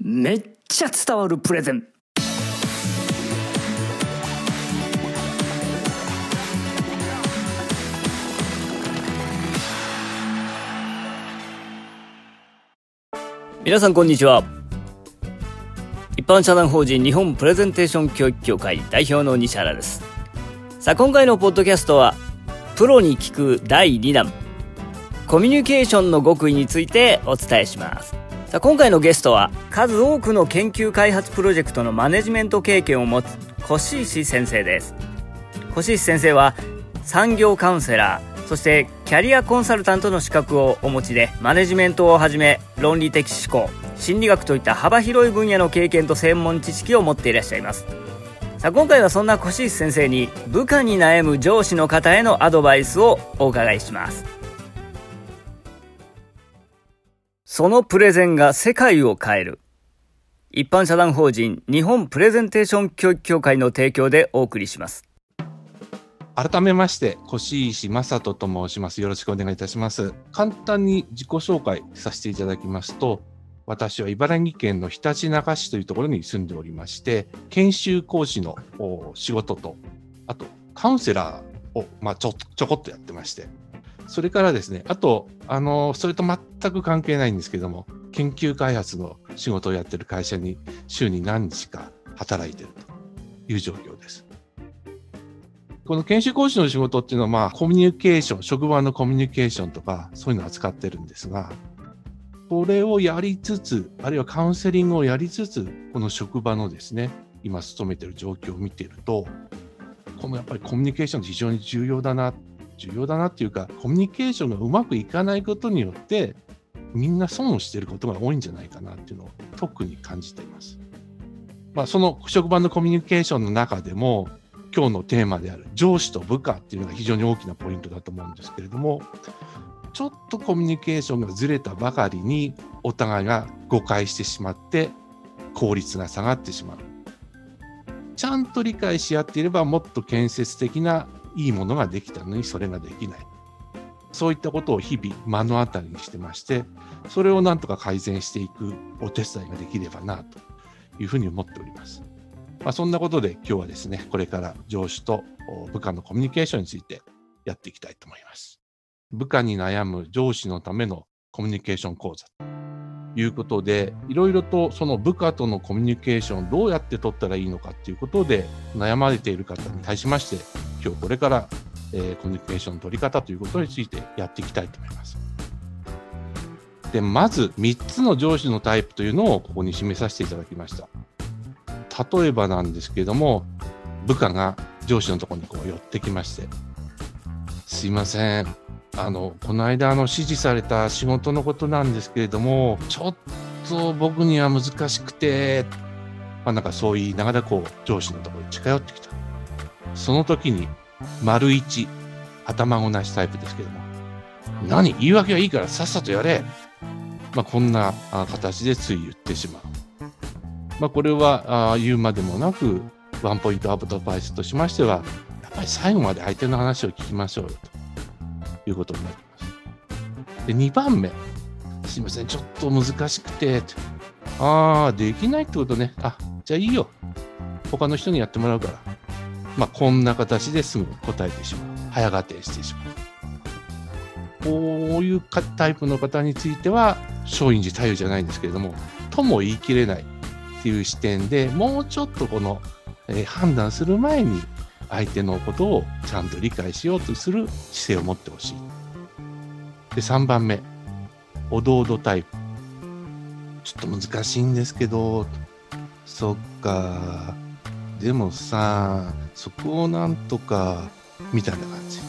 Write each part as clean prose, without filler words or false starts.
めっちゃ伝わるプレゼン。皆さんこんにちは。一般社団法人日本プレゼンテーション教育協会代表の西原です。さあ、今回のポッドキャストはプロに聞く第2弾、コミュニケーションの極意についてお伝えします。さあ、今回のゲストは数多くの研究開発プロジェクトのマネジメント経験を持つ越石先生です。越石先生は産業カウンセラー、そしてキャリアコンサルタントの資格をお持ちで、マネジメントをはじめ論理的思考、心理学といった幅広い分野の経験と専門知識を持っていらっしゃいます。さあ、今回はそんな越石先生に部下に悩む上司の方へのアドバイスをお伺いします。そのプレゼンが世界を変える。一般社団法人日本プレゼンテーション教育協会の提供でお送りします。 改めまして越石正人と申します。よろしくお願いいたします。簡単に自己紹介させていただきますと、私は茨城県のひたちなか市というところに住んでおりまして、研修講師の仕事と、あとカウンセラーをちょこっとやってまして、それからですね、あとそれと全く関係ないんですけども、研究開発の仕事をやってる会社に週に何日か働いているという状況です。この研修講師の仕事っていうのは、コミュニケーション、職場のコミュニケーションとかそういうのを扱ってるんですが、これをやりつつ、あるいはカウンセリングをやりつつ、この職場のですね、今勤めてる状況を見ていると、このやっぱりコミュニケーションって非常に重要だなっていうか、コミュニケーションがうまくいかないことによってみんな損をしていることが多いんじゃないかなっていうのを特に感じています。その職場のコミュニケーションの中でも、今日のテーマである上司と部下っていうのが非常に大きなポイントだと思うんですけれども、ちょっとコミュニケーションがずれたばかりにお互いが誤解してしまって効率が下がってしまう。ちゃんと理解し合っていればもっと建設的ないいものができたのに、それができない。そういったことを日々目の当たりにしてまして、それをなんとか改善していくお手伝いができればなというふうに思っております。そんなことで今日はですね、これから上司と部下のコミュニケーションについてやっていきたいと思います。部下に悩む上司のためのコミュニケーション講座ということで、いろいろとその部下とのコミュニケーションをどうやって取ったらいいのかということで悩まれている方に対しまして、今日これから、コミュニケーションの取り方ということについてやっていきたいと思います。で、まず3つの上司のタイプというのをここに示させていただきました。例えばなんですけれども、部下が上司のところに寄ってきまして、すいません、この間指示された仕事のことなんですけれども、ちょっと僕には難しくて、なんかそう言いながら上司のところに近寄ってきた。その時に丸1、頭ごなしタイプですけども、何、言い訳はいいからさっさとやれ、こんな形でつい言ってしまう。これは言うまでもなく、ワンポイントアドバイスとしましては、やっぱり最後まで相手の話を聞きましょうよということになります。で、2番目、すいません、ちょっと難しくて、できないってことね。じゃあいいよ、他の人にやってもらうから、こんな形ですぐ答えてしまう。早がてしてしまう。こういうタイプの方については、松陰寺太勇じゃないんですけれども、とも言い切れないっていう視点で、もうちょっと判断する前に相手のことをちゃんと理解しようとする姿勢を持ってほしい。で、3番目、おどおどタイプ。ちょっと難しいんですけど、そっか、でもさ、そこをなんとかみたいな感じ。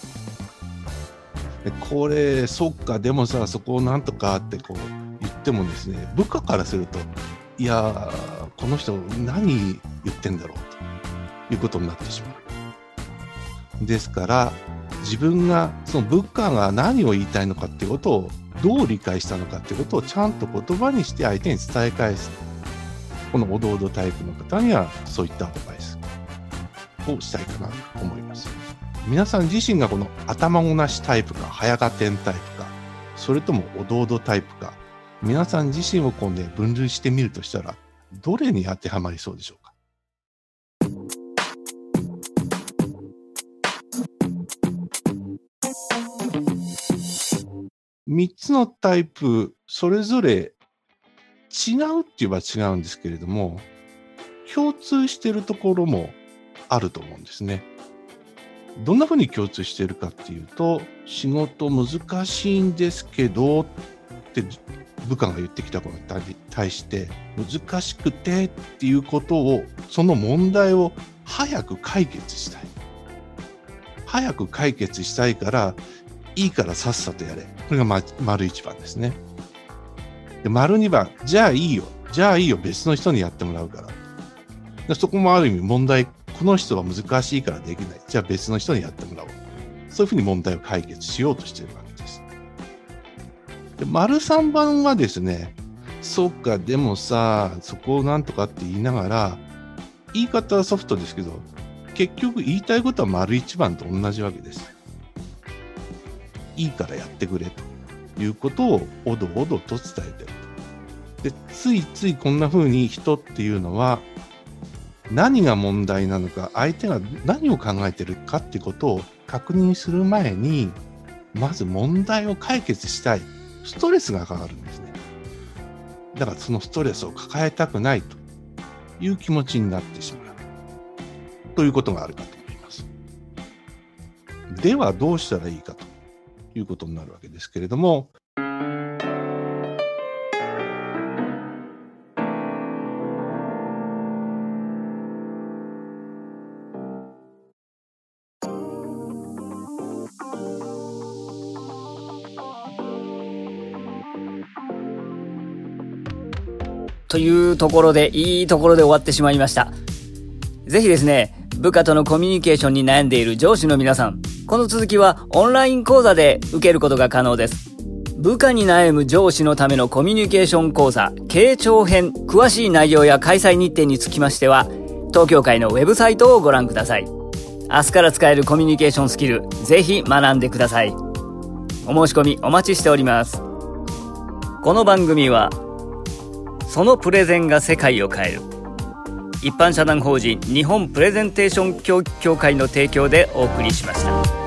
これ、そっか、でもさ、そこをなんとかって言ってもですね、部下からすると、いや、この人何言ってんだろうということになってしまう。ですから自分がその部下が何を言いたいのかっていうことをどう理解したのかっていうことをちゃんと言葉にして相手に伝え返す。このおどおどタイプの方にはそういったアドバイスをしたいかなと思います。皆さん自身がこの頭ごなしタイプか早がてんタイプか、それともおどおどタイプか、皆さん自身を分類してみるとしたらどれに当てはまりそうでしょうか？3つのタイプ、それぞれ違うって言えば違うんですけれども、共通しているところもあると思うんですね。どんなふうに共通しているかっていうと、仕事難しいんですけどって部下が言ってきたことに対して、難しくてっていうことを、その問題を早く解決したい。早く解決したいから、いいからさっさとやれ。これが丸1番ですね。で、丸2番、じゃあいいよ、別の人にやってもらうから。でそこもある意味問題、この人は難しいからできない。じゃあ別の人にやってもらおう。そういうふうに問題を解決しようとしているわけです。で、丸3番はですね、そうか、でもさ、そこをなんとかって言いながら、言い方はソフトですけど、結局言いたいことは丸1番と同じわけです。いいからやってくれということをおどおどと伝えていると。で、ついついこんな風に人っていうのは何が問題なのか、相手が何を考えているかっていうことを確認する前に、まず問題を解決したい。ストレスがかかるんですね。だからそのストレスを抱えたくないという気持ちになってしまうということがあるかと思います。ではどうしたらいいかということになるわけですけれども、 というところで、いいところで終わってしまいました。ぜひですね、部下とのコミュニケーションに悩んでいる上司の皆さん、この続きはオンライン講座で受けることが可能です。部下に悩む上司のためのコミュニケーション講座、傾聴編、詳しい内容や開催日程につきましては、東京会のウェブサイトをご覧ください。明日から使えるコミュニケーションスキル、ぜひ学んでください。お申し込みお待ちしております。この番組は、そのプレゼンが世界を変える。一般社団法人日本プレゼンテーション教育協会の提供でお送りしました。